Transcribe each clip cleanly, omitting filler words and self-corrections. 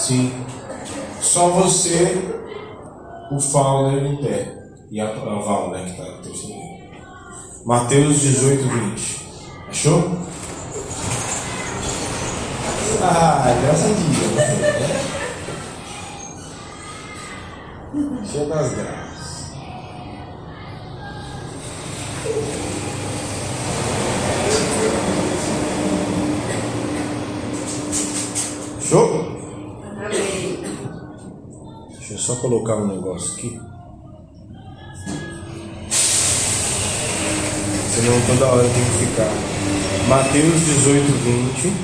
Sim. Só você, o Fowler em pé. E a Val, né, que está no terceiro. Mateus 18, 20. Achou? Ah, graças a Deus. Cheia das graças. Show? Deixa eu só colocar um negócio aqui. Senão toda hora tem que ficar. Mateus 18, 20.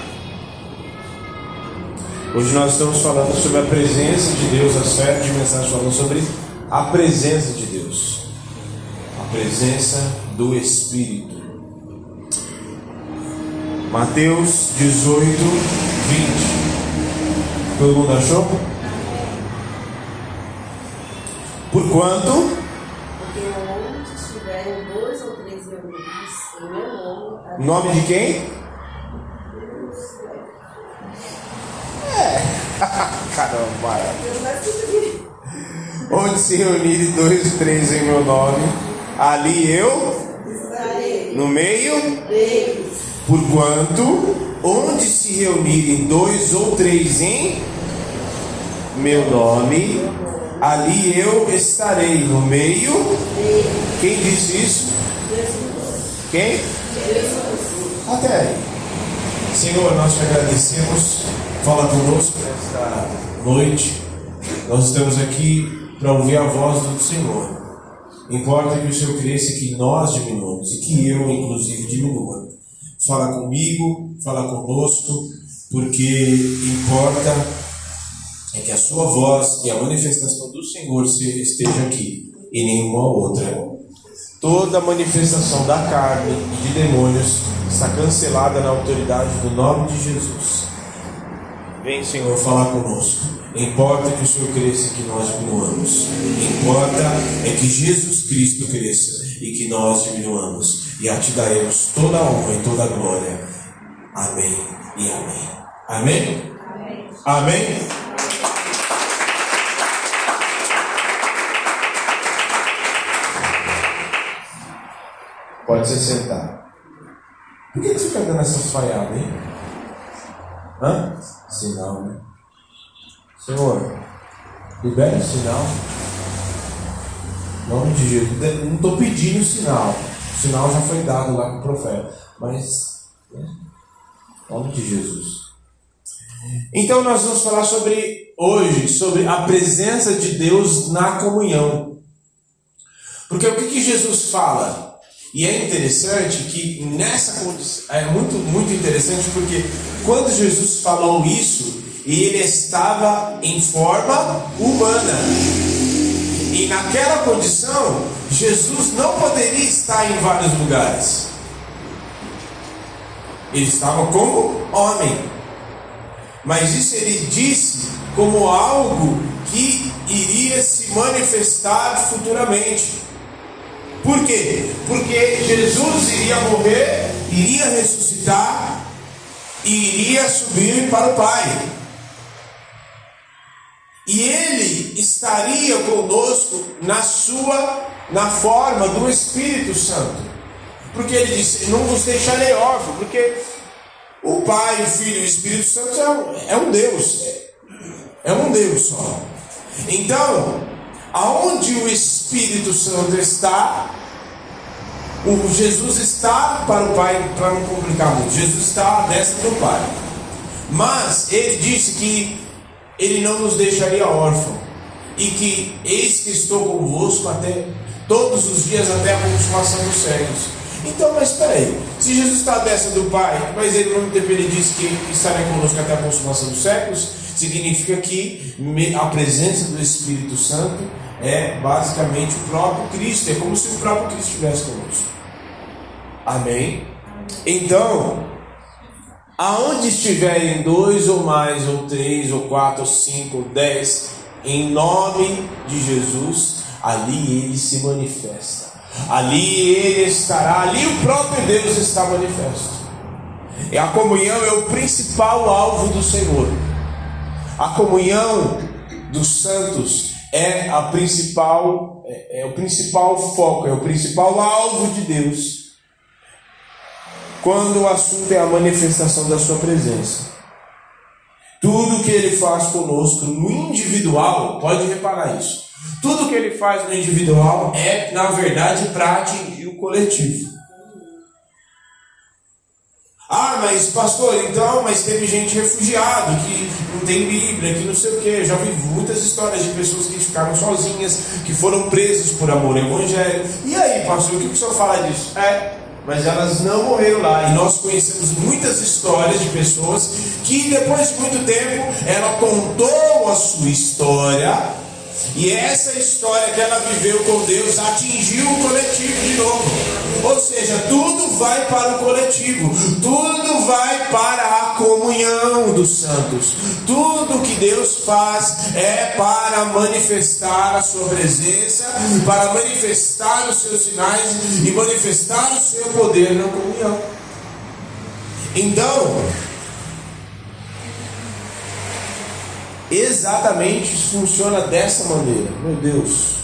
Hoje nós estamos falando sobre a presença de Deus. As séries de mensagens falando sobre a presença de Deus. A presença do Espírito. Mateus 18, 20. Todo mundo achou? Porquanto? Porque onde estiverem 2 ou 3 reunidos em meu nome. Nome de quem? Caramba. Onde se reunirem 2 ou 3 em meu nome, ali eu estarei no meio deles. Porquanto, onde se reunirem 2 ou 3 em meu nome, ali eu estarei no meio. Quem disse isso? Jesus. Quem? Jesus. Até aí. Senhor, nós te agradecemos. Fala conosco nesta noite. Nós estamos aqui para ouvir a voz do Senhor. Importa que o Senhor cresça e que nós diminuamos, e que eu, inclusive, diminua. Fala comigo, fala conosco, porque importa é que a sua voz e a manifestação do Senhor esteja aqui e nenhuma outra. Toda manifestação da carne e de demônios está cancelada na autoridade do nome de Jesus. Vem, Senhor, falar conosco. Importa que o Senhor cresça e que nós diminuamos. Importa é que Jesus Cristo cresça e que nós diminuamos. E a ti daremos toda a honra e toda a glória. Amém e amém. Amém? Amém? Amém? Pode se sentar. Por que você fica dando essas falhadas, hein? Hã? Sinal, né? Senhor, libere o sinal. Em nome de Jesus. Não estou pedindo sinal. O sinal já foi dado lá com o profeta. Mas, né? Em nome de Jesus. Então nós vamos falar hoje sobre a presença de Deus na comunhão. Porque o que Jesus fala? E é interessante que nessa condição, é muito interessante porque quando Jesus falou isso, ele estava em forma humana. E naquela condição, Jesus não poderia estar em vários lugares. Ele estava como homem. Mas isso ele disse como algo que iria se manifestar futuramente. Por quê? Porque Jesus iria morrer, iria ressuscitar e iria subir para o Pai. E Ele estaria conosco na forma do Espírito Santo. Porque Ele disse, não vos deixarei órfãos, porque o Pai, o Filho e o Espírito Santo é um Deus. É um Deus só. Então, aonde o Espírito Santo está, o Jesus está para o Pai, para não complicar muito, Jesus está à destra do Pai. Mas Ele disse que Ele não nos deixaria órfãos, e que eis que estou convosco até todos os dias até a consumação dos séculos. Então, mas espera aí, se Jesus está à destra do Pai, mas Ele não ele disse que estaria conosco até a consumação dos séculos, significa que a presença do Espírito Santo é basicamente o próprio Cristo. É como se o próprio Cristo estivesse conosco. Amém? Então, aonde estiverem 2 ou mais, ou 3, ou 4, ou 5, ou 10, em nome de Jesus, ali Ele se manifesta. Ali Ele estará, ali o próprio Deus está manifesto. E a comunhão é o principal alvo do Senhor. A comunhão dos santos é o principal foco, é o principal alvo de Deus quando o assunto é a manifestação da sua presença. Tudo que Ele faz conosco no individual, pode reparar isso, tudo que Ele faz no individual é, na verdade, para atingir o coletivo. Ah, mas pastor, então, mas teve gente refugiada que não tem Bíblia, que não sei o que. Eu já vi muitas histórias de pessoas que ficaram sozinhas, que foram presas por amor ao Evangelho. E aí, pastor, o que o senhor fala disso? Mas elas não morreram lá. E nós conhecemos muitas histórias de pessoas que depois de muito tempo ela contou a sua história. E essa história que ela viveu com Deus atingiu o coletivo de novo. Ou seja, tudo vai para o coletivo, tudo vai para a comunhão dos santos. Tudo que Deus faz é para manifestar a sua presença, para manifestar os seus sinais e manifestar o seu poder na comunhão. Então, exatamente funciona dessa maneira. Meu Deus,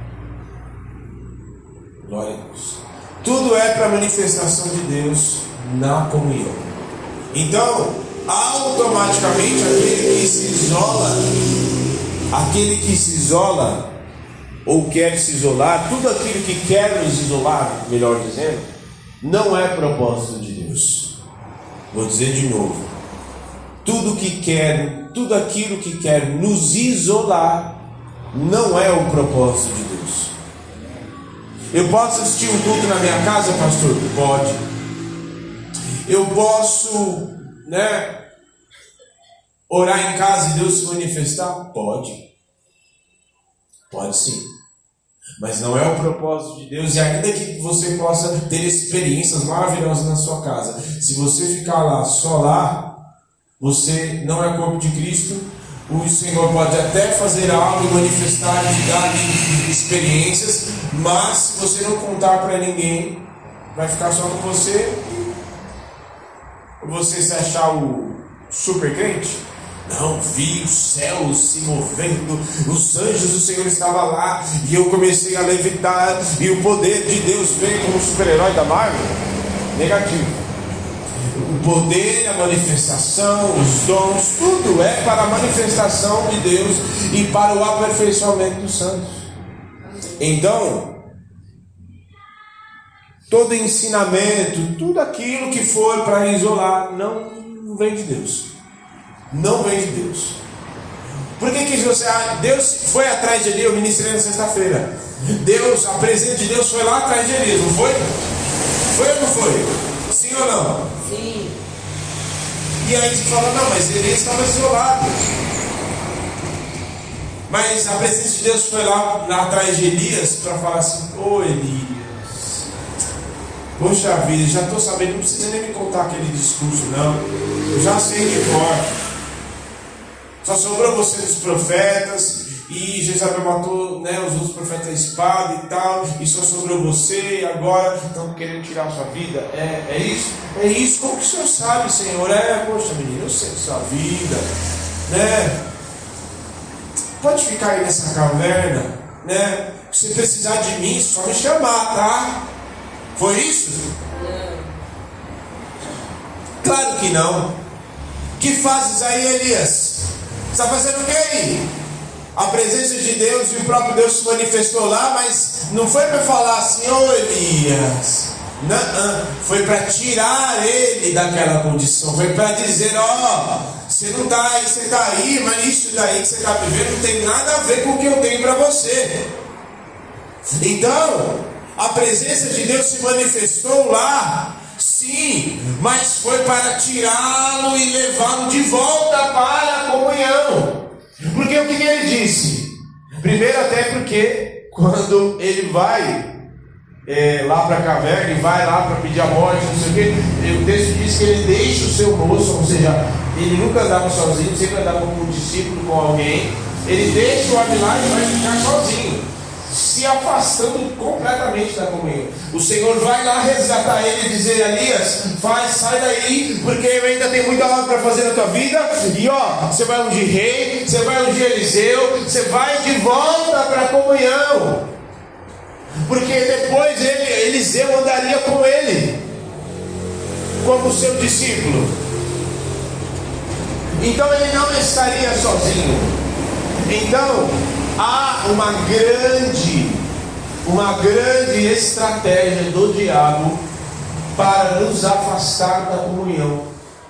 glória a Deus. Tudo é para a manifestação de Deus na comunhão. Então, automaticamente aquele que se isola ou quer se isolar, tudo aquilo que quer nos isolar, melhor dizendo, não é propósito de Deus. Vou dizer de novo. Tudo aquilo que quer nos isolar não é o propósito de Deus. Eu posso assistir um culto na minha casa, pastor? Pode. Eu posso, orar em casa e Deus se manifestar? Pode. Pode sim. Mas não é o propósito de Deus. E ainda que você possa ter experiências maravilhosas na sua casa, se você ficar lá, só lá, você não é corpo de Cristo. O Senhor pode até fazer algo e manifestar e te dar experiências, mas se você não contar para ninguém, vai ficar só com você. Você se achar o super crente? Não, vi os céus se movendo, os anjos do Senhor estavam lá, e eu comecei a levitar, e o poder de Deus veio como um super-herói da Marvel. Negativo. O poder, a manifestação, os dons, tudo é para a manifestação de Deus e para o aperfeiçoamento dos santos. Então, todo ensinamento, tudo aquilo que for para isolar, não vem de Deus. Não vem de Deus. Por que você Deus foi atrás de Elias? Eu ministrei na sexta-feira. A presença de Deus foi lá atrás de Elias, não foi? Foi ou não foi? Sim ou não? Sim. E aí você fala, não, mas Elias estava isolado. Mas a presença de Deus foi lá atrás de Elias para falar assim: ô Elias, poxa vida, já estou sabendo, não precisa nem me contar aquele discurso não. Eu já sei de cor. Só sobrou você dos profetas, e Jezabel matou os outros profetas a espada e tal, e só sobrou você, e agora estão querendo tirar a sua vida. É isso? É isso. Como que o senhor sabe, Senhor? Poxa menino, eu sei da sua vida, Pode ficar aí nessa caverna, Se precisar de mim, só me chamar, tá? Foi isso? Claro que não. Que fazes aí, Elias? Está fazendo o que aí? A presença de Deus e o próprio Deus se manifestou lá, mas não foi para falar assim: ô Elias. Não, foi para tirar ele daquela condição. Foi para dizer: você não está aí, você está aí, mas isso daí que você está vivendo não tem nada a ver com o que eu tenho para você. Então, a presença de Deus se manifestou lá, sim, mas foi para tirá-lo e levá-lo de volta para a comunhão. Porque o que ele disse? Primeiro, até porque quando ele vai lá para a caverna e vai lá para pedir a morte, não sei o que, o texto diz que ele deixa o seu moço, ou seja, ele nunca andava sozinho, sempre andava com um discípulo, com alguém. Ele deixa o homem lá e vai ficar sozinho. se afastando completamente da comunhão. O Senhor vai lá resgatar ele e dizer: Elias, sai daí, porque eu ainda tenho muita obra para fazer na tua vida. E você vai ungir rei, você vai ungir Eliseu, você vai de volta para a comunhão, porque depois Eliseu andaria com ele como seu discípulo. Então ele não estaria sozinho. Então há uma grande estratégia do diabo para nos afastar da comunhão.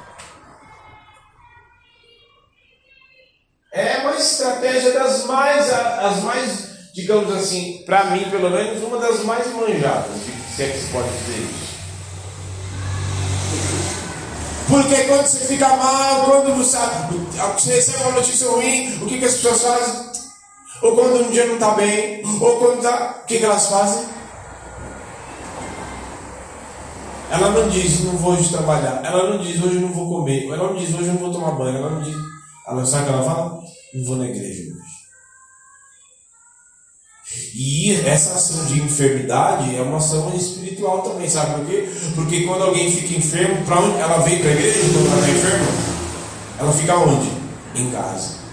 É uma estratégia as mais, digamos assim, para mim pelo menos, uma das mais manjadas, se é que se pode dizer isso. Porque quando você fica mal, quando você recebe uma notícia ruim, o que as pessoas fazem? Ou quando um dia não está bem, ou quando está... O que elas fazem? Ela não diz: não vou hoje trabalhar. Ela não diz: hoje não vou comer. Ela não diz: hoje não vou tomar banho. Ela não diz... Sabe o que ela fala? Não vou na igreja hoje. E essa ação de enfermidade é uma ação espiritual também, sabe por quê? Porque quando alguém fica enfermo, para onde ela vem para a igreja? Quando ela está enferma, ela fica onde? Em casa.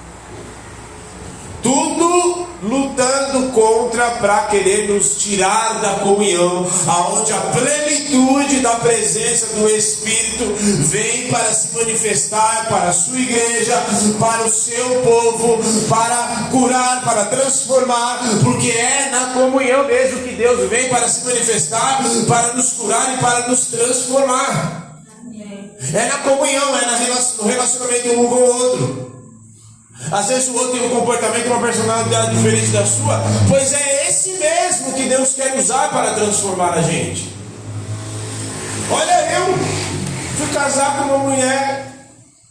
Tudo lutando contra para querer nos tirar da comunhão, aonde a plenitude da presença do Espírito vem para se manifestar para a sua igreja, para o seu povo, para curar, para transformar, porque é na comunhão mesmo que Deus vem para se manifestar, para nos curar e para nos transformar. É na comunhão, é no relacionamento um com o outro. Às vezes o outro tem um comportamento, uma personalidade diferente da sua, pois é esse mesmo que Deus quer usar para transformar a gente. Olha, eu fui casar com uma mulher.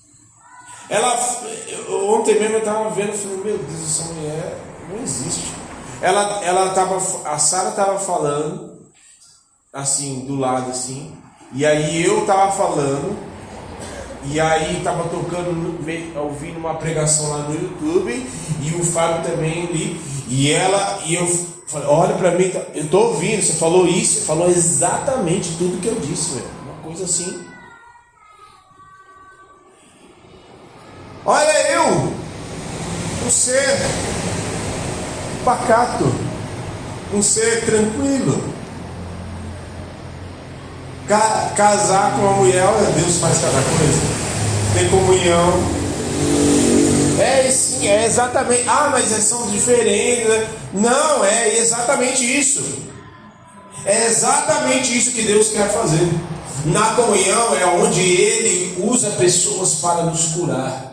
Ontem mesmo eu estava vendo, falei: meu Deus, essa mulher não existe. A Sara estava falando assim, do lado assim, e aí eu estava falando. E aí estava tocando, ouvindo uma pregação lá no YouTube, e o Fábio também ali, e eu falei: olha para mim, eu estou ouvindo, você falou isso, você falou exatamente tudo que eu disse, velho. Uma coisa assim. Olha, eu, um ser pacato, um ser tranquilo, casar com uma mulher, olha, Deus faz cada coisa. Tem comunhão. Sim, é exatamente. Mas são diferentes, né? Não, é exatamente isso. É exatamente isso que Deus quer fazer. Na comunhão é onde Ele usa pessoas para nos curar.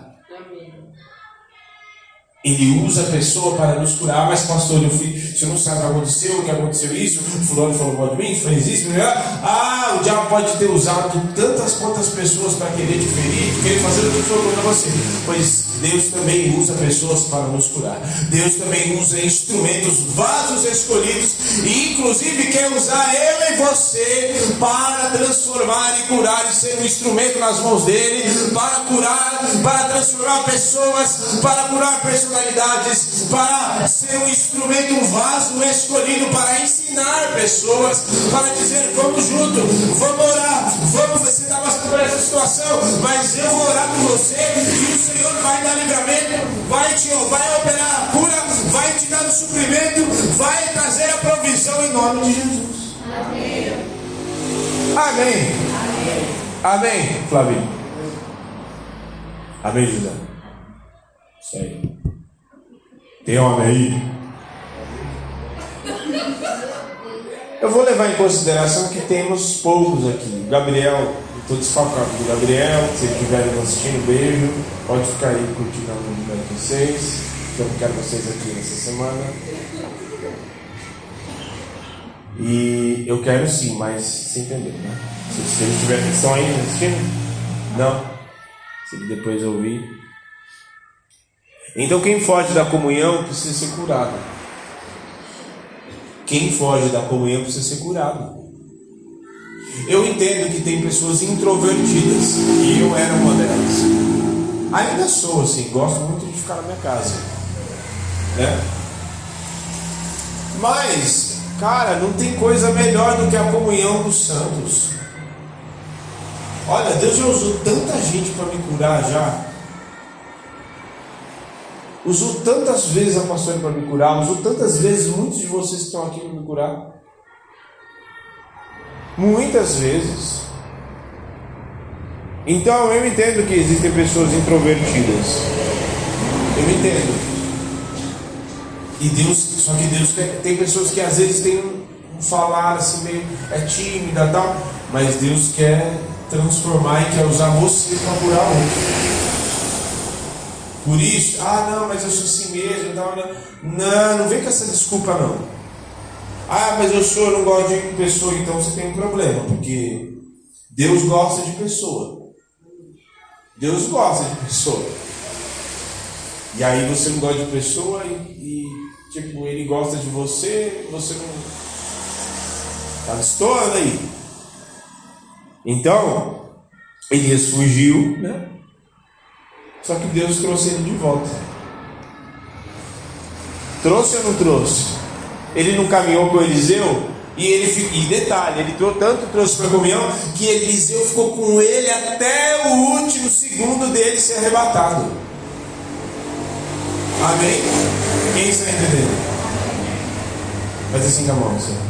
Ele usa a pessoa para nos curar. Mas pastor, você não sabe o que aconteceu isso, fulano falou mal de mim, fez isso, o diabo pode ter usado quantas pessoas para querer te ferir, querer fazer o que for contra você. Pois Deus também usa pessoas para nos curar. Deus também usa instrumentos, vasos escolhidos, e inclusive quer usar eu e você para transformar e curar, e ser um instrumento nas mãos dele, para curar, para transformar pessoas, para curar personalidades, para ser um instrumento, um vaso escolhido para ensinar pessoas, para dizer: vamos junto, vamos orar, você está passando por essa situação, mas eu vou orar por você, e o Senhor vai dar livramento, vai operar a cura, vai te dar o suprimento, vai trazer a provisão em nome de Jesus. Amém. Amém. Amém, Flavinho. Amém, José. Isso aí. Tem homem aí? Eu vou levar em consideração que temos poucos aqui. Gabriel, estou desfalcado do Gabriel. Se estiverem assistindo, beijo. Pode ficar aí curtindo a comunidade de vocês. Eu quero vocês aqui nessa semana. E eu quero sim, mas você entendeu, né? Se eles tiverem, estão aí assistindo? Não? Se ele depois ouvir. Então quem foge da comunhão precisa ser curado. Quem foge da comunhão precisa ser curado. Eu entendo que tem pessoas introvertidas, e eu era uma delas. Ainda sou assim, gosto muito de ficar na minha casa, né? Mas, cara, não tem coisa melhor do que a comunhão dos santos. Olha, Deus já usou tanta gente para me curar já. Usou tantas vezes a pastora para me curar. Usou tantas vezes muitos de vocês que estão aqui para me curar. Muitas vezes. Então eu entendo que existem pessoas introvertidas. Eu entendo. E Deus, só que Deus tem pessoas que às vezes tem um falar assim meio tímida e tal, mas Deus quer transformar e quer usar você para curar outro. Por isso, não, mas eu sou assim mesmo, não vem com essa desculpa não. Mas eu não gosto de pessoa, então você tem um problema, porque Deus gosta de pessoa. Deus gosta de pessoa. E aí você não gosta de pessoa e tipo, ele gosta de você, você não tá destoando aí. Então, Elias fugiu, né? Só que Deus trouxe ele de volta. Trouxe ou não trouxe? Ele não caminhou com Eliseu? E detalhe, ele trouxe para a comunhão que Eliseu ficou com ele até o último segundo dele ser arrebatado. Amém? Quem está entendendo? Faz assim com a mão, Senhor.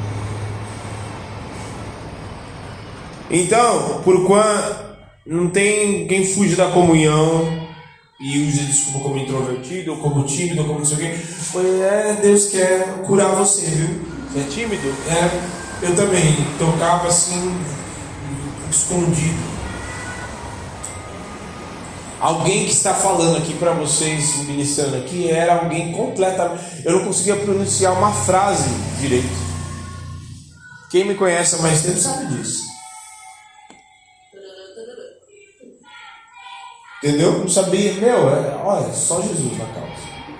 Então, por quanto não tem quem fuge da comunhão e usa desculpa como introvertido, ou como tímido, ou como não sei o quê, Deus quer curar você, viu? Você é tímido? Eu também tocava assim, escondido. Alguém que está falando aqui para vocês, ministrando aqui, era alguém completamente... Eu não conseguia pronunciar uma frase direito. Quem me conhece há mais tempo sabe disso. Entendeu? Não sabia. Olha, só Jesus na causa.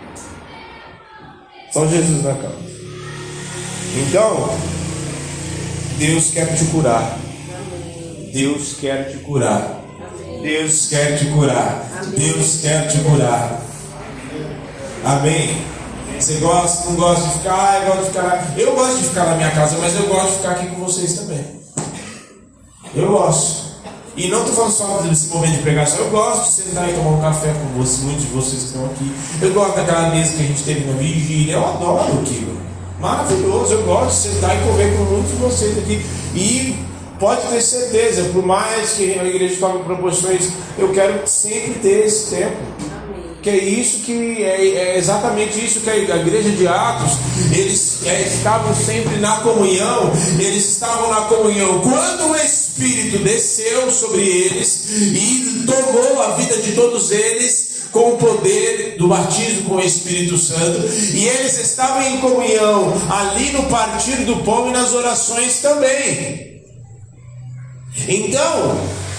Só Jesus na causa. Então, Deus quer te curar. Deus quer te curar. Deus quer te curar. Deus quer te curar. Amém? Você gosta, não gosta de ficar? Eu gosto de ficar na minha casa, mas eu gosto de ficar aqui com vocês também. Eu gosto. E não estou falando só desse momento de pregação. Eu gosto de sentar e tomar um café com vocês, muitos de vocês que estão aqui. Eu gosto daquela mesa que a gente teve na vigília. Eu adoro aquilo. Maravilhoso. Eu gosto de sentar e comer com muitos de vocês aqui. E pode ter certeza, por mais que a igreja tome proporções, eu quero sempre ter esse tempo. Que é isso que é exatamente isso que a igreja de Atos, eles estavam sempre na comunhão. Eles estavam na comunhão quando o Espírito desceu sobre eles e tomou a vida de todos eles com o poder do batismo com o Espírito Santo. E eles estavam em comunhão ali no partir do pão e nas orações também. Então,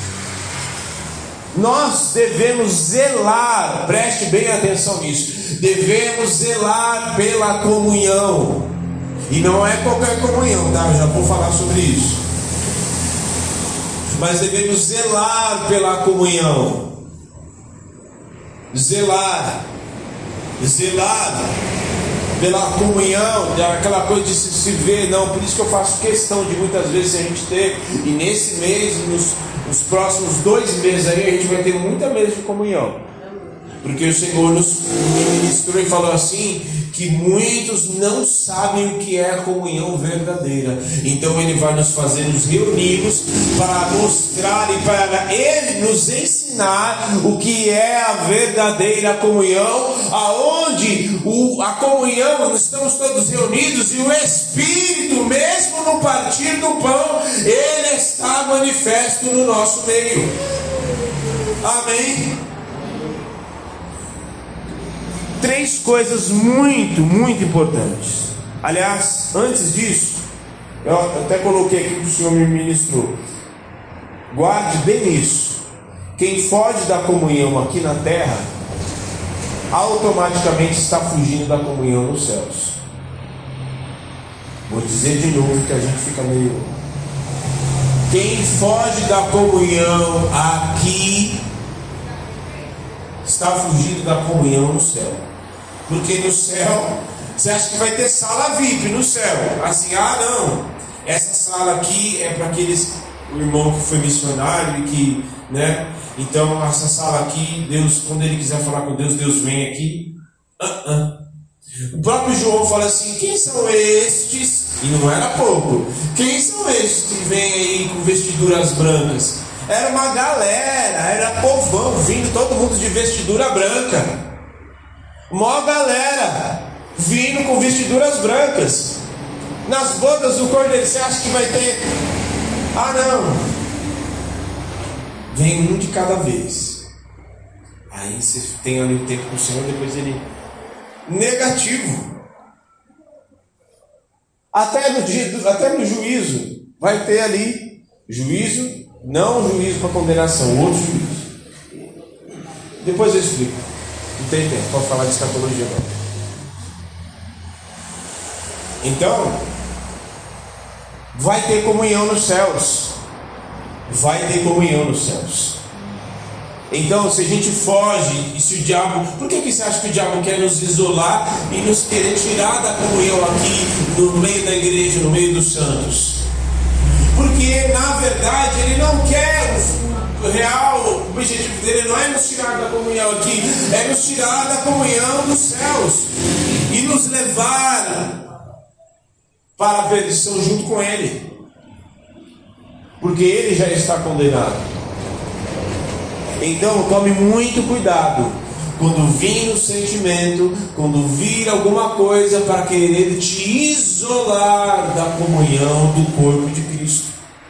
nós devemos zelar, preste bem atenção nisso, devemos zelar pela comunhão. E não é qualquer comunhão, tá? Eu já vou falar sobre isso. Mas devemos zelar pela comunhão. Zelar pela comunhão, aquela coisa de se ver, não, por isso que eu faço questão de muitas vezes a gente ter, e nesse mês, nos próximos 2 meses aí, a gente vai ter muita mesa de comunhão, porque o Senhor nos ministrou e falou assim, que muitos não sabem o que é a comunhão verdadeira. Então Ele vai nos fazer nos reunirmos para mostrar e para Ele nos ensinar o que é a verdadeira comunhão, aonde a comunhão, estamos todos reunidos e o Espírito, mesmo no partir do pão, Ele está manifesto no nosso meio. Amém? 3 coisas muito, muito importantes. Aliás, antes disso, eu até coloquei aqui que o Senhor me ministrou. Guarde bem isso. Quem foge da comunhão aqui na terra, automaticamente está fugindo da comunhão nos céus. Vou dizer de novo que a gente fica meio... Quem foge da comunhão aqui, está fugindo da comunhão no céu. Porque no céu Você acha que vai ter sala VIP no céu? Assim, não, essa sala aqui é para aqueles, o irmão que foi missionário e que, né? Então essa sala aqui, Deus, quando ele quiser falar com Deus, Deus vem aqui. O próprio João fala assim: quem são estes? E não era pouco. Quem são estes que vêm aí com vestiduras brancas? Era uma galera, era povão vindo, todo mundo de vestidura branca. Mó galera vindo com vestiduras brancas. Nas bodas do Cordeiro, você acha que vai ter? Não. Vem um de cada vez. Aí você tem ali o tempo com o Senhor, depois ele... Negativo. Até no juízo vai ter ali juízo, não juízo para condenação, outro juízo. Depois eu explico. Não tem tempo para falar de escatologia não. Então, vai ter comunhão nos céus. Vai ter comunhão nos céus. Então, se a gente foge, e se o diabo... Por que você acha que o diabo quer nos isolar e nos querer tirar da comunhão aqui, no meio da igreja, no meio dos santos? Porque, na verdade, ele não quer... O real objetivo dele não é nos tirar da comunhão aqui, é nos tirar da comunhão dos céus e nos levar para a perdição junto com ele. Porque ele já está condenado. Então tome muito cuidado quando vir o sentimento, quando vir alguma coisa para querer te isolar da comunhão do corpo de Cristo.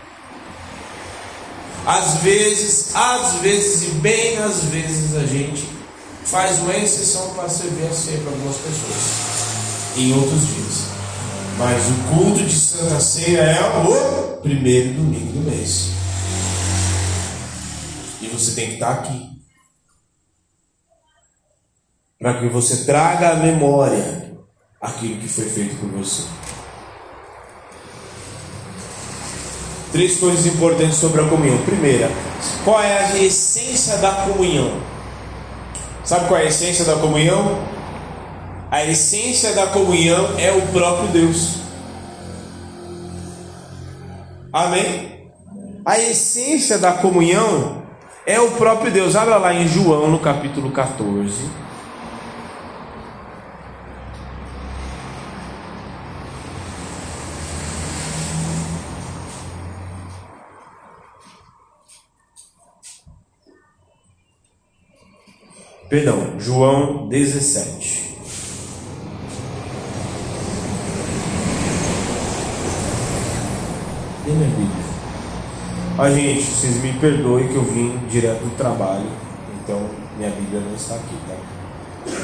Às vezes e bem às vezes a gente faz uma exceção para servir a ceia para algumas pessoas em outros dias. Mas o culto de Santa Ceia é o primeiro domingo do mês. E você tem que estar aqui. Para que você traga à memória aquilo que foi feito por você. 3 coisas importantes sobre a comunhão. Primeira, qual é a essência da comunhão? Sabe qual é a essência da comunhão? A essência da comunhão é o próprio Deus. Amém? A essência da comunhão é o próprio Deus. Abra lá em João, no capítulo 14. Perdão, João 17. E minha Bíblia? Gente, vocês me perdoem que eu vim direto do trabalho, então minha Bíblia não está aqui, tá?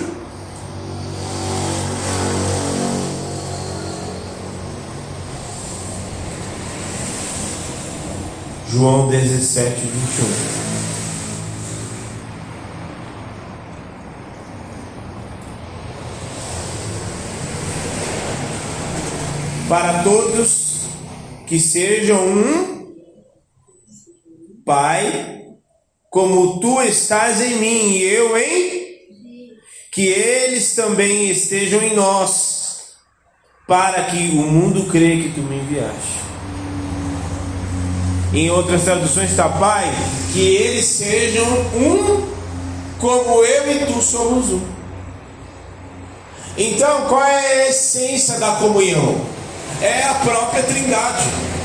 João 17, 21. Para todos que sejam um, Pai, como tu estás em mim e eu em, que eles também estejam em nós, para que o mundo creia que tu me enviaste. Em outras traduções está: Pai, que eles sejam um, como eu e tu somos um. Então, qual é a essência da comunhão? É a própria Trindade.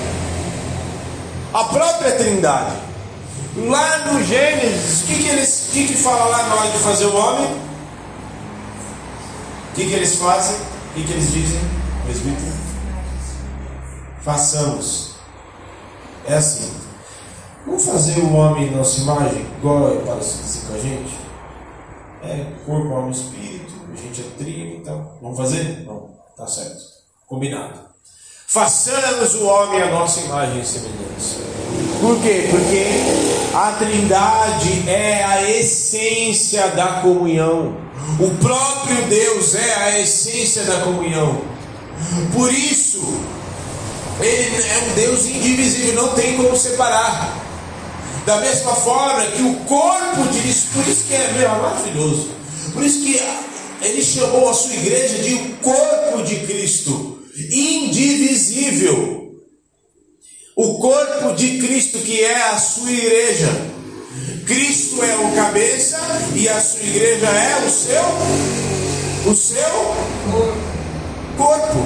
A própria Trindade. Lá no Gênesis, o que fala lá na hora de fazer o homem? O que eles fazem? O que eles dizem? Presbítero? Façamos. É assim. Vamos fazer o homem em nossa imagem, igual é parecido com a gente? É corpo, alma e espírito. A gente é tríade, então. Vamos fazer? Não. Tá certo. Combinado. Façamos o homem à nossa imagem e semelhança. Por quê? Porque a Trindade é a essência da comunhão. O próprio Deus é a essência da comunhão. Por isso, Ele é um Deus indivisível, não tem como separar. Da mesma forma que o corpo de Cristo, por isso que é maravilhoso. Por isso que Ele chamou a sua igreja de o corpo de Cristo, indivisível. O corpo de Cristo, que é a sua igreja. Cristo é o cabeça e a sua igreja é o seu corpo.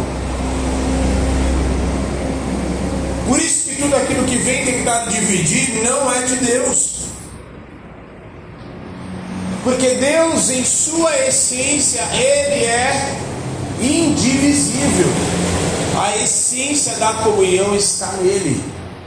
Por isso que tudo aquilo que vem tentar dividir não é de Deus. Porque Deus, em sua essência, Ele é indivisível. A essência da comunhão está nele.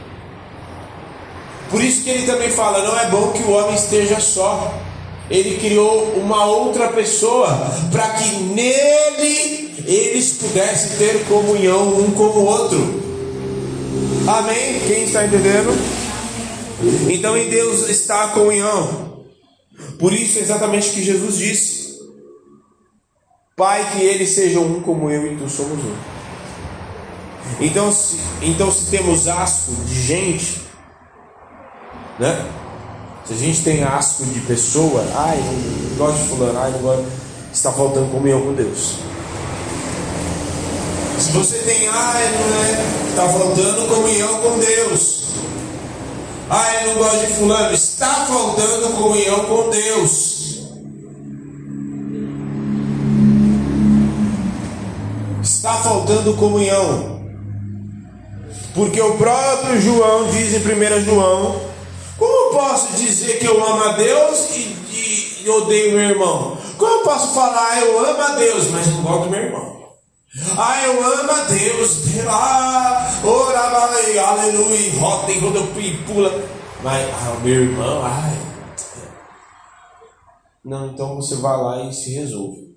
Por isso que ele também fala, não é bom que o homem esteja só. Ele criou uma outra pessoa, para que nele eles pudessem ter comunhão um com o outro. Amém? Quem está entendendo? Então em Deus está a comunhão. Por isso exatamente o que Jesus disse: Pai, que eles sejam um como eu e tu somos um. Então se temos asco de gente, né? Se a gente tem asco de pessoa, não gosto de fulano, não gosto, está faltando comunhão com Deus. Se você tem, está faltando comunhão com Deus. Eu não gosto de fulano, está faltando comunhão com Deus. Está faltando comunhão. Porque o próprio João diz em 1 João: como eu posso dizer que eu amo a Deus e odeio meu irmão? Como eu posso falar, eu amo a Deus, mas não gosto do meu irmão? Eu amo a Deus, aleluia, rota e pula, mas o meu irmão, não, então você vai lá e se resolve.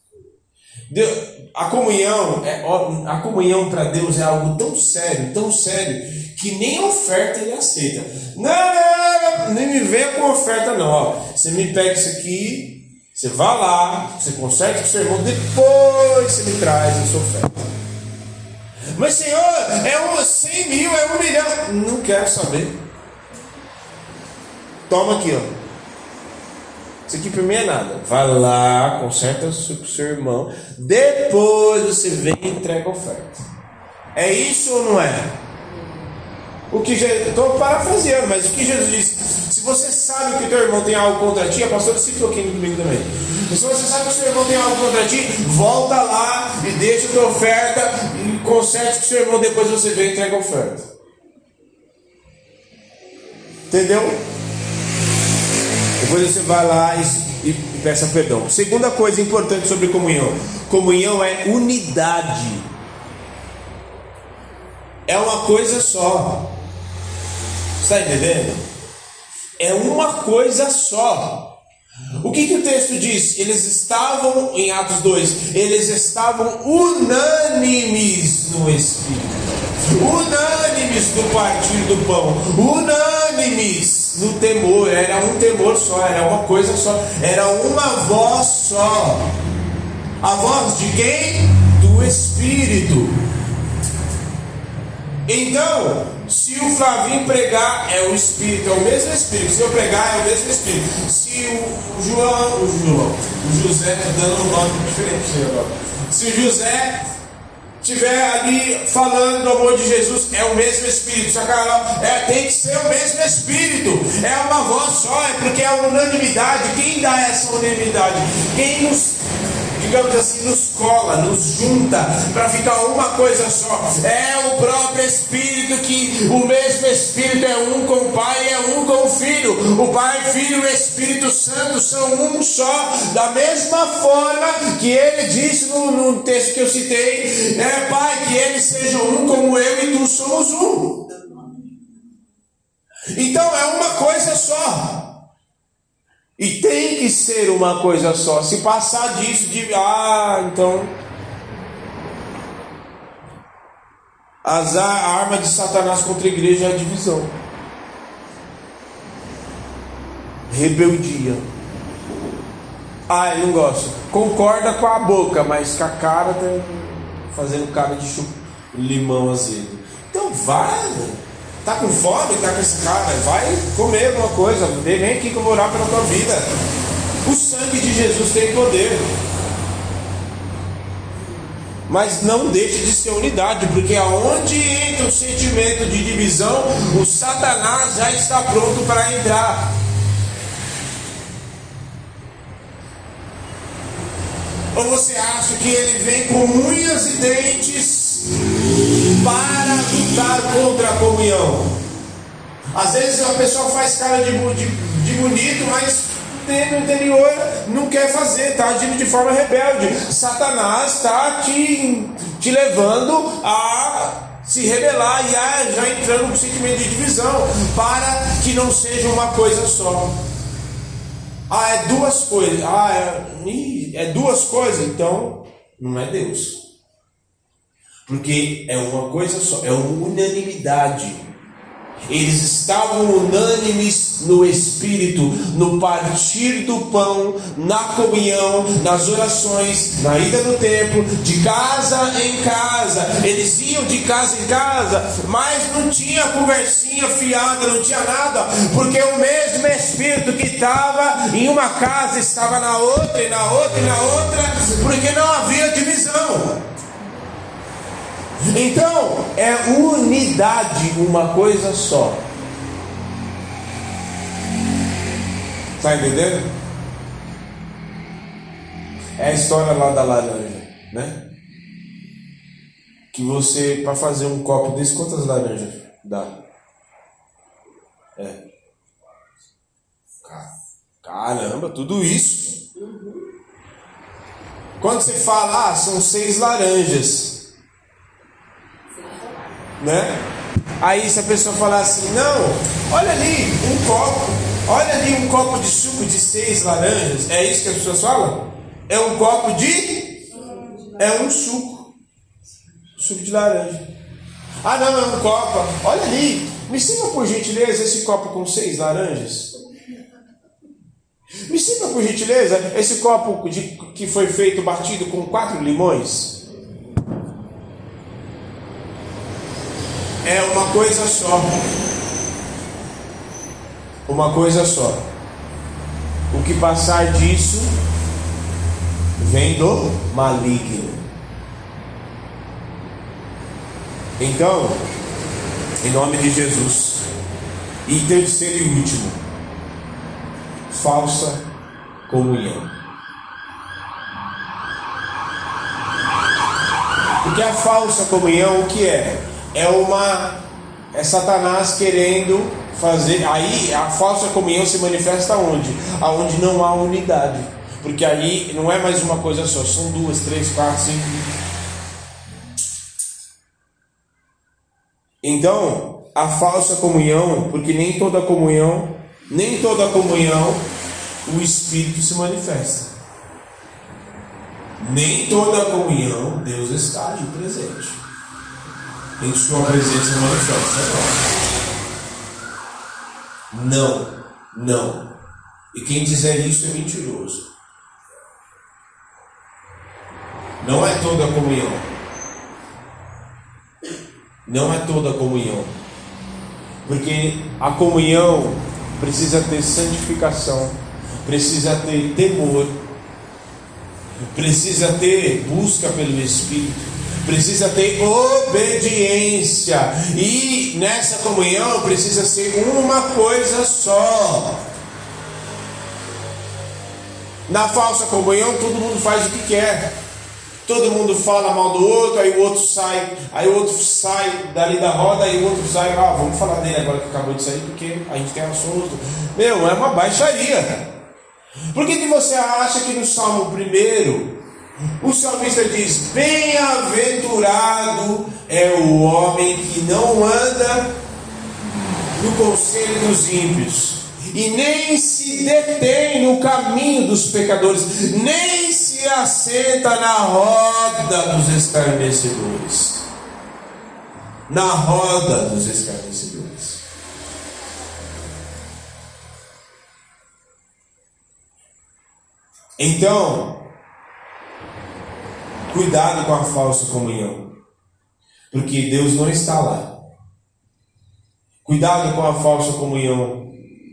A comunhão para Deus é algo tão sério, que nem oferta ele aceita. Não, nem me venha com oferta não. Você me pega isso aqui, você vai lá, você conserta com o seu irmão, depois você me traz essa oferta. Mas Senhor, é 100 mil, é 1 milhão. Não quero saber. Toma aqui, Isso aqui para mim é nada. Vai lá, conserta com o seu irmão, depois você vem e entrega a oferta. É isso ou não é? Estou parafraseando, mas o que Jesus disse: se você sabe que o teu irmão tem algo contra ti, a pastora citou aqui no domingo também. Se você sabe que o seu irmão tem algo contra ti, volta lá e deixa a tua oferta e conserte com o seu irmão, depois você vem e entrega a oferta. Entendeu? Depois você vai lá e peça perdão. Segunda coisa importante sobre comunhão: comunhão é unidade. É uma coisa só. Está entendendo? É uma coisa só. O que o texto diz? Eles estavam, em Atos 2, eles estavam unânimes no Espírito, unânimes no partir do pão, unânimes no temor. Era um temor só, era uma coisa só, era uma voz só. A voz de quem? Do Espírito. Então, se o Flavinho pregar, é o Espírito, é o mesmo Espírito. Se eu pregar, é o mesmo Espírito. Se o José, dando um nome diferente agora. Se o José estiver ali falando do amor de Jesus, é o mesmo Espírito. Só que tem que ser o mesmo Espírito. É uma voz só, é porque é unanimidade. Quem dá essa unanimidade? Quem nos, digamos assim, nos cola, nos junta para ficar uma coisa só? É o próprio Espírito, que o mesmo Espírito é um com o Pai e é um com o Filho. O Pai, Filho e o Espírito Santo são um só, da mesma forma que ele disse no texto que eu citei: Pai, que eles sejam um como eu e tu somos um. Então é uma coisa só. E tem que ser uma coisa só. Se passar disso, então a arma de Satanás contra a igreja é a divisão, rebeldia. Eu não gosto. Concorda com a boca, mas com a cara tá fazendo cara de limão azedo. Então vai, tá com fome, tá com esse cara, vai comer alguma coisa, vem aqui que eu vou orar pela tua vida. O sangue de Jesus tem poder. mas não deixa de ser unidade, porque aonde entra o sentimento de divisão, o Satanás já está pronto para entrar. Ou você acha que ele vem com unhas e dentes para lutar contra a comunhão? Às vezes a pessoa faz cara de bonito, mas no interior não quer fazer, está agindo de forma rebelde. Satanás está te levando a se rebelar e a já entrando com sentimento de divisão, para que não seja uma coisa só. É duas coisas. É duas coisas, então não é Deus. Porque é uma coisa só, é uma unanimidade. Eles estavam unânimes no Espírito, no partir do pão, na comunhão, nas orações, na ida no templo, de casa em casa. Eles iam de casa em casa, mas não tinha conversinha fiada, não tinha nada, porque o mesmo Espírito que estava em uma casa estava na outra, e na outra, e na outra, porque não havia divisão. Então, é unidade, uma coisa só. Está entendendo? É a história lá da laranja, né? Que você, para fazer um copo desse, quantas laranjas dá? Caramba, tudo isso. Quando você fala, são 6 laranjas, né? Aí se a pessoa falar assim, não, olha ali um copo de suco de 6 laranjas, é isso que as pessoas falam? É um copo é um suco de laranja. Não, é um copo, olha ali, me ensina por gentileza esse copo com 6 laranjas. Me ensina por gentileza esse copo que foi feito batido com 4 limões. É uma coisa só. Uma coisa só. O que passar disso vem do maligno. Então, em nome de Jesus. E terceiro e último, falsa comunhão. Porque a falsa comunhão, o que é? É Satanás querendo fazer. Aí a falsa comunhão se manifesta onde? Aonde não há unidade. Porque aí não é mais uma coisa só, são 2, 3, 4, 5. Então, a falsa comunhão, porque nem toda comunhão o Espírito se manifesta. Nem toda comunhão Deus está ali presente. Em sua presença manifesta. Não. E quem dizer isso é mentiroso. Não é toda a comunhão. Não é toda a comunhão. Porque a comunhão precisa ter santificação, precisa ter temor, precisa ter busca pelo Espírito, precisa ter obediência, e nessa comunhão precisa ser uma coisa só. Na falsa comunhão todo mundo faz o que quer, todo mundo fala mal do outro, aí o outro sai dali da roda, aí o outro sai, vamos falar dele agora que acabou de sair, porque a gente tem assunto. É uma baixaria. Por que você acha que no Salmo 1 o salmista diz: bem-aventurado é o homem que não anda no conselho dos ímpios, e nem se detém no caminho dos pecadores, nem se assenta na roda dos escarnecedores. Na roda dos escarnecedores. Então, cuidado com a falsa comunhão, porque Deus não está lá. Cuidado com a falsa comunhão.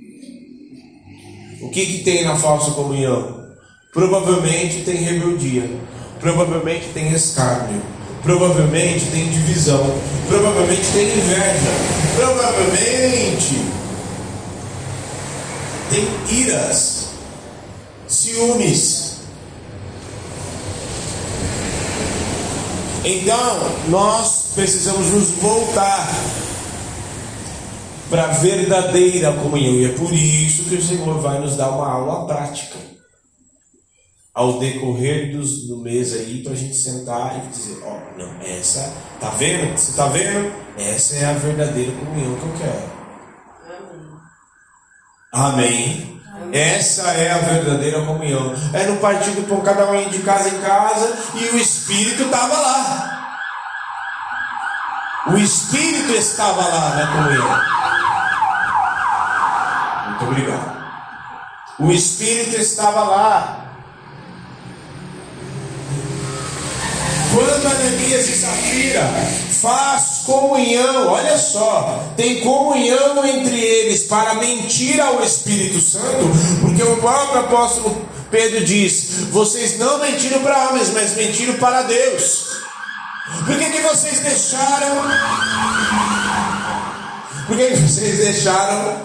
O que tem na falsa comunhão? Provavelmente tem rebeldia, provavelmente tem escárnio, provavelmente tem divisão, provavelmente tem inveja, provavelmente tem iras, ciúmes. Então, nós precisamos nos voltar para a verdadeira comunhão. E é por isso que o Senhor vai nos dar uma aula prática ao decorrer do mês aí, para a gente sentar e dizer: ó, não, essa, tá vendo? Você tá vendo? Essa é a verdadeira comunhão que eu quero. Amém. Essa é a verdadeira comunhão. É no partir do pão, cada um de casa em casa, e o Espírito estava lá. O Espírito estava lá na comunhão. Muito obrigado. O Espírito estava lá. Quando Ananias e Safira faz comunhão, olha só, tem comunhão entre eles para mentir ao Espírito Santo, porque o próprio apóstolo Pedro diz: vocês não mentiram para homens, mas mentiram para Deus. Por que vocês deixaram? Por que vocês deixaram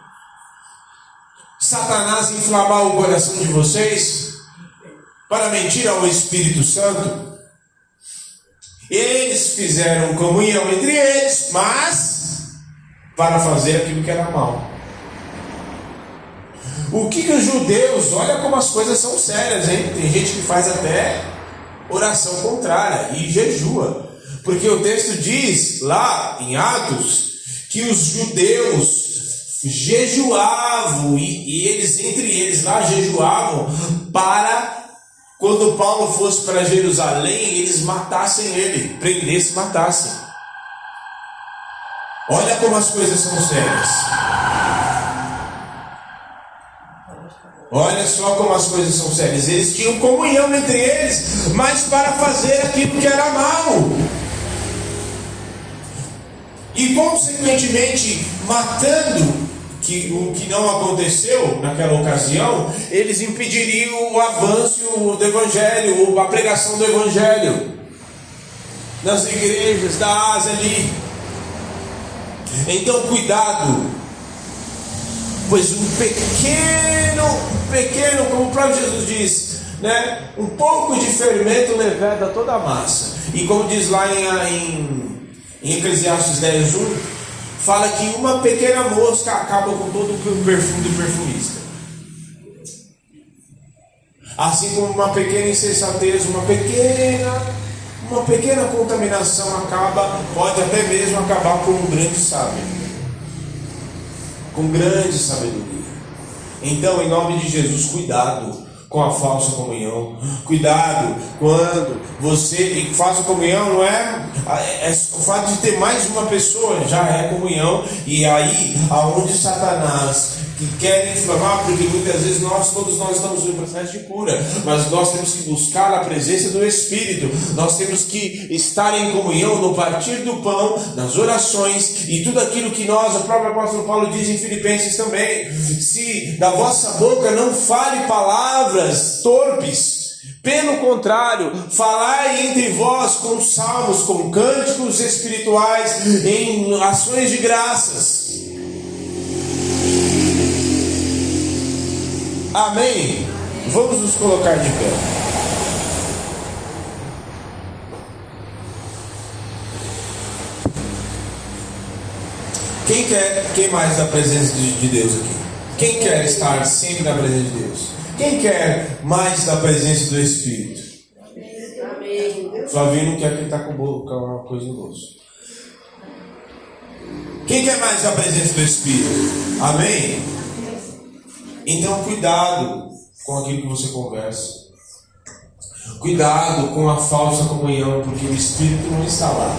Satanás inflamar o coração de vocês para mentir ao Espírito Santo? Eles fizeram comunhão entre eles, mas para fazer aquilo que era mal. O que os judeus, olha como as coisas são sérias, hein? Tem gente que faz até oração contrária e jejua, porque o texto diz lá em Atos que os judeus jejuavam e eles entre eles lá jejuavam para, quando Paulo fosse para Jerusalém, eles matassem ele, prendessem e matassem. Olha como as coisas são sérias. Olha só como as coisas são sérias. Eles tinham comunhão entre eles, mas para fazer aquilo que era mal. E consequentemente, matando o que não aconteceu naquela ocasião, eles impediriam o avanço do Evangelho, a pregação do Evangelho nas igrejas da Ásia ali. Então cuidado, pois um pequeno, como o próprio Jesus diz, né? Um pouco de fermento leveda toda a massa. E como diz lá em Eclesiastes 10:1, fala que uma pequena mosca acaba com todo o perfume do perfumista. Assim como uma pequena insensatez, uma pequena contaminação pode até mesmo acabar com um grande sábio, com grande sabedoria. Então, em nome de Jesus, cuidado com a falsa comunhão. Cuidado quando você faz comunhão, não é o fato de ter mais uma pessoa já é comunhão. E aí aonde Satanás que quer inflamar, porque muitas vezes todos nós estamos no processo de cura, mas nós temos que buscar a presença do Espírito. Nós temos que estar em comunhão no partir do pão, nas orações e tudo aquilo que o próprio apóstolo Paulo diz em Filipenses também: se da vossa boca não fale palavras torpes, pelo contrário, falai entre vós com salmos, com cânticos espirituais, em ações de graças. Amém? Vamos nos colocar de pé. Quem mais da presença de Deus aqui? Quem quer estar sempre na presença de Deus? Quem quer mais da presença do Espírito? Amém. Flavinho não quer que ele está com uma coisa no bolso. Quem quer mais da presença do Espírito? Amém? Então cuidado com aquilo que você conversa. Cuidado com a falsa comunhão, porque o Espírito não está lá.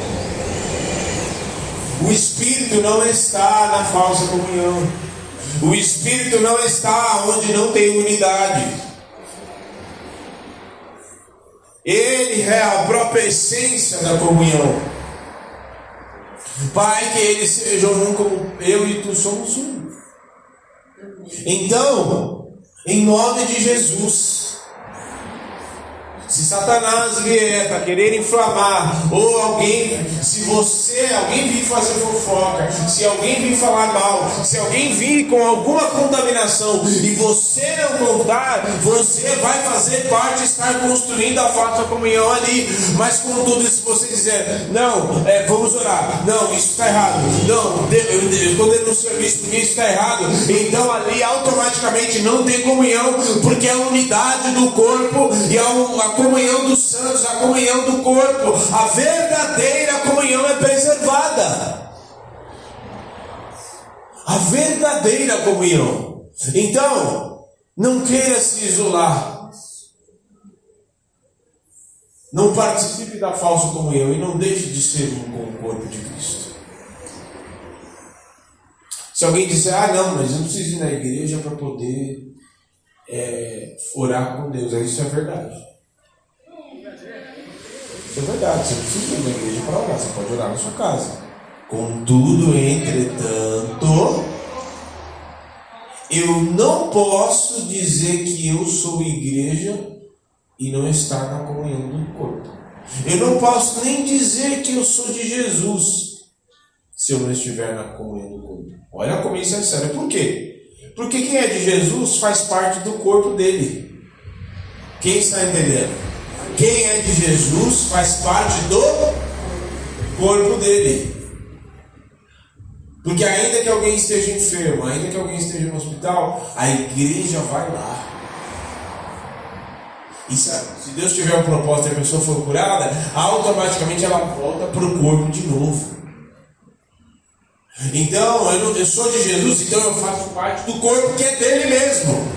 O Espírito não está na falsa comunhão. O Espírito não está onde não tem unidade. Ele é a própria essência da comunhão. Pai, que eles sejam um como eu e tu somos um. Então, em nome de Jesus, Se Satanás vier para querer inflamar, ou alguém vir fazer fofoca, se alguém vir falar mal, se alguém vir com alguma contaminação e você não contar, você vai fazer parte, estar construindo a falsa comunhão ali. Mas contudo, se você dizer, não, vamos orar, não, isso está errado, não, eu estou denunciando isso porque isso está errado, então ali automaticamente não tem comunhão, porque a unidade do corpo e a comunhão dos santos, a comunhão do corpo, a verdadeira comunhão é preservada. A verdadeira comunhão. Então, não queira se isolar. Não participe da falsa comunhão e não deixe de ser um com o corpo de Cristo. Se alguém disser, não, mas eu não preciso ir na igreja para poder orar com Deus, isso é verdade. Isso é verdade, você não precisa ir na igreja para orar, você pode orar na sua casa. Contudo, entretanto, eu não posso dizer que eu sou igreja e não estar na comunhão do corpo. Eu não posso nem dizer que eu sou de Jesus se eu não estiver na comunhão do corpo. Olha como isso é sério. Por quê? Porque quem é de Jesus faz parte do corpo dele. Quem está entendendo? Quem é de Jesus faz parte do corpo dele. Porque ainda que alguém esteja enfermo, ainda que alguém esteja no hospital, a igreja vai lá. E se Deus tiver um propósito e a pessoa for curada, automaticamente ela volta para o corpo de novo. Então, eu sou de Jesus, então eu faço parte do corpo que é dele mesmo.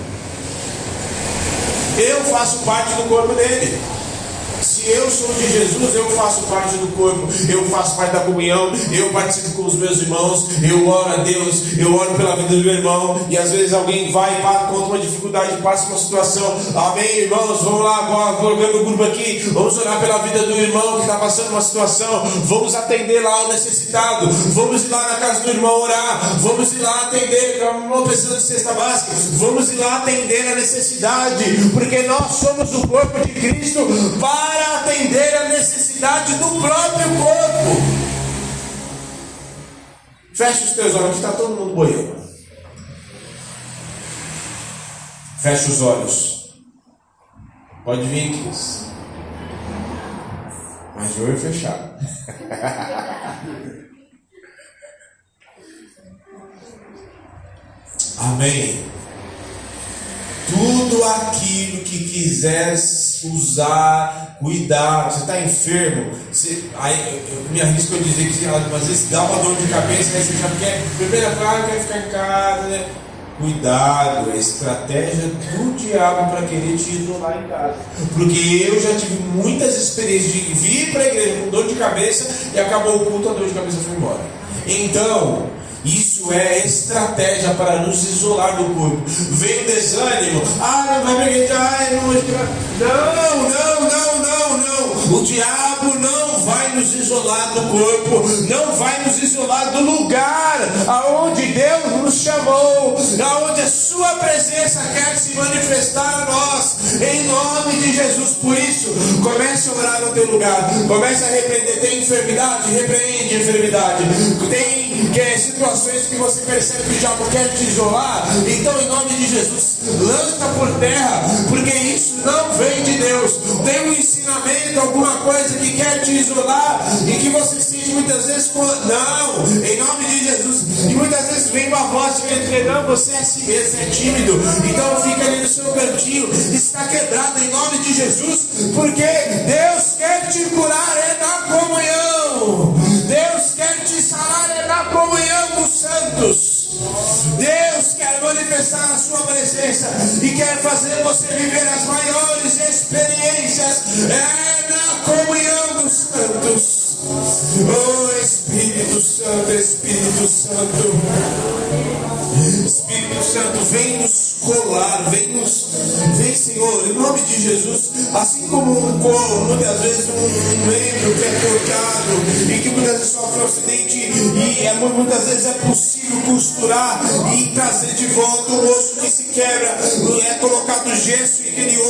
Eu faço parte do corpo dele. Se eu sou de Jesus, eu faço parte do corpo, eu faço parte da comunhão, eu participo com os meus irmãos, eu oro a Deus, eu oro pela vida do meu irmão, e às vezes alguém vai e passa contra uma dificuldade, passa uma situação, amém, irmãos, vamos lá, colocando o grupo aqui, vamos orar pela vida do irmão que está passando uma situação, vamos atender lá o necessitado, vamos ir lá na casa do irmão orar, vamos ir lá atender o irmão precisando de cesta básica, vamos ir lá atender a necessidade, porque nós somos o corpo de Cristo para atender a necessidade do próprio corpo. Feche os teus olhos, aqui está todo mundo boiando. Feche os olhos. Pode vir, Cris. Mas de olho fechado. Amém. Tudo aquilo que quiser usar, cuidar. Você está enfermo, eu me arrisco a dizer que às vezes dá uma dor de cabeça, aí você já quer, primeira coisa, quer ficar em casa, né? Cuidado, é estratégia do diabo para querer te isolar em casa. Porque eu já tive muitas experiências de vir para a igreja com dor de cabeça e acabou o culto, a dor de cabeça foi embora. Então, isso é estratégia para nos isolar do corpo. Vem o desânimo. Não vai para a igreja. Não vou esperar. Não. O diabo não vai nos isolar do corpo. Não vai nos isolar do lugar aonde Deus nos chamou. Aonde a sua presença quer se manifestar a nós. Em nome de Jesus. Por isso, comece a orar no teu lugar. Comece a repreender. Tem enfermidade? Repreende a enfermidade. Tem situações que você percebe que o diabo quer te isolar, então em nome de Jesus lança por terra, porque isso não vem de Deus. Tem um ensinamento, alguma coisa que quer te isolar e que você sente muitas vezes não, em nome de Jesus, e muitas vezes vem uma voz que quer dizer, não, você é assim mesmo, é tímido, então fica ali no seu cantinho, está quebrado em nome de Jesus, porque Deus quer te curar na comunhão. Deus quer te sarar na comunhão dos santos. Deus quer manifestar a sua presença e quer fazer você viver as maiores experiências na comunhão dos santos. Oh Espírito Santo, Espírito Santo, Espírito Santo, vem nos colar, vem Senhor, em nome de Jesus, assim como um corpo, muitas vezes um membro que é cortado e que muitas vezes sofre um acidente e muitas vezes é possível costurar e trazer de volta o osso que se quebra, é colocado gesso e aquele osso se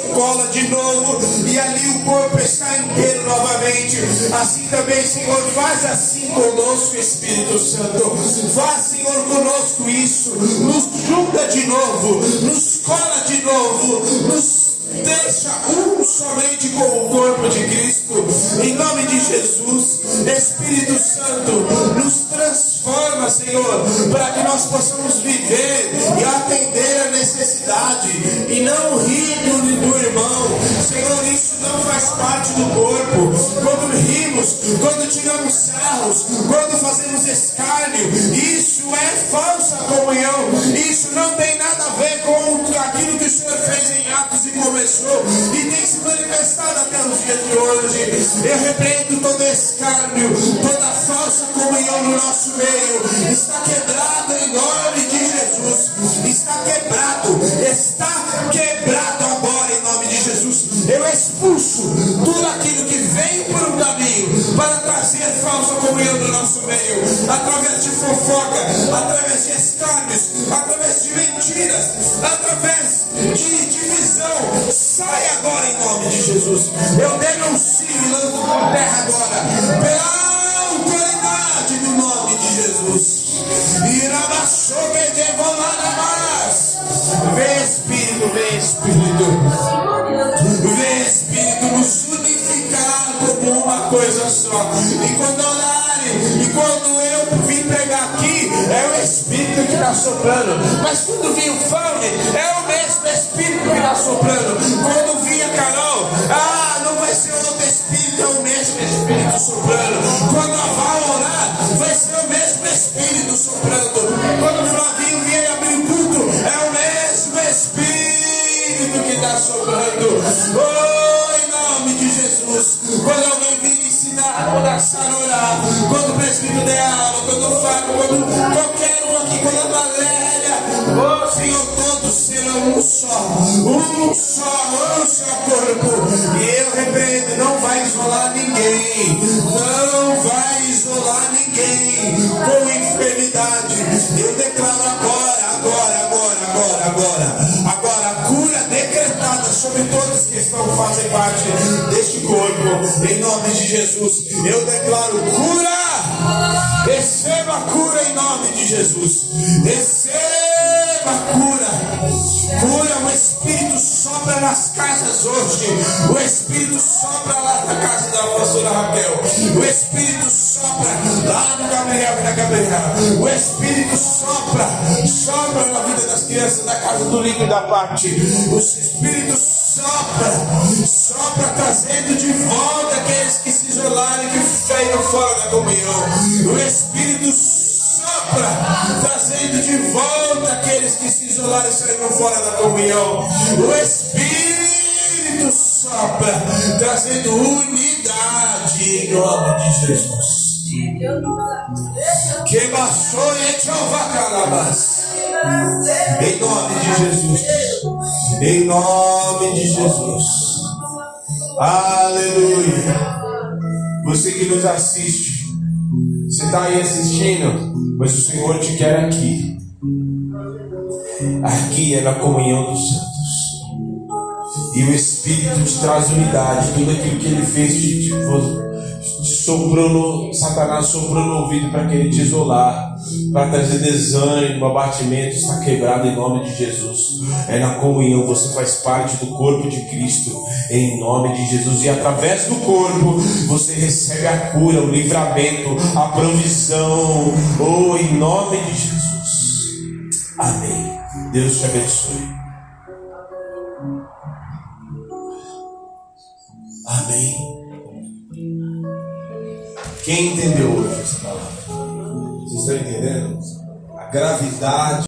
cola de novo, e ali o corpo está inteiro novamente. Assim também, Senhor, faz assim conosco, Espírito Santo. Faz, Senhor, conosco isso. Nos junta de novo, nos cola de novo, nos deixa somente com o corpo de Cristo. Em nome de Jesus, Espírito Santo, nos transforma, Senhor, para que nós possamos viver e atender a necessidade e não rir do irmão. Senhor, isso não faz parte do corpo. Quando rimos, quando tiramos sarros, quando fazemos escárnio, isso é falsa comunhão. Isso não tem nada a ver com aquilo que o Senhor fez em Atos e começou e tem se manifestado até os dias de hoje. Eu repreendo todo escárnio, toda falsa comunhão no nosso meio. Está quebrado em nome de Jesus. Está quebrado agora em nome de Jesus. Eu expulso tudo aquilo que veio por um caminho para trazer falsa comunhão no nosso meio, através de fofoca, através de escárnios, através de mentiras, através de divisão. Sai agora em nome de Jesus. Eu denuncio e lanço por terra agora, pela autoridade do nome de Jesus. Vem Espírito, vem Espírito, vem Espírito, nos unificar como uma coisa só. E quando orarem, e quando eu vim pregar aqui, é o Espírito que está soprando. Mas quando vir o Faume, é o mesmo Espírito que está soprando. Quando vir a Carol, não vai ser outro Espírito, é o mesmo Espírito soprando. Quando a Val orar, vai ser o mesmo Espírito soprando. Quando o Flavinho vier abrir o culto, é o mesmo Espírito que está soprando. Em nome de Jesus. Quando alguém vir ensinar, quando a Sara orar, quando o presbítero der aula, quando o Fábio, quando qualquer um aqui, quando a Valéria, Senhor, todos serão um só corpo. E eu repreendo, não vai isolar ninguém, não vai isolar ninguém com enfermidade. Eu declaro agora a cura decretada sobre todos que fazem parte deste corpo, em nome de Jesus. Eu declaro cura. Receba a cura em nome de Jesus. Receba a cura. O Espírito sopra nas casas hoje. O Espírito sopra lá na casa da pastora Raquel. O Espírito sopra lá no Gabriel e na Gabriela. O Espírito sopra na vida das crianças da casa do Lico e da Parte. O Espírito sopra trazendo de volta aqueles que se isolaram e que saíram fora da comunhão. O Espírito sopra trazendo de volta aqueles que se isolaram e saíram fora da comunhão. O Espírito sopra trazendo unidade em nome de Jesus. Que baixou e calabas. Em nome de Jesus. Em nome de Jesus. Aleluia. Você que nos assiste, você está aí assistindo, mas o Senhor te quer aqui. Aqui é na comunhão dos santos. E o Espírito te traz unidade. Tudo aquilo que ele fez te soprou, Satanás soprou no ouvido para querer te isolar, para trazer desânimo, abatimento, está quebrado em nome de Jesus. É na comunhão, você faz parte do corpo de Cristo, em nome de Jesus. E através do corpo, você recebe a cura, o livramento, a provisão. Em nome de Jesus. Amém. Deus te abençoe. Amém. Quem entendeu hoje essa palavra? Vocês estão entendendo? A gravidade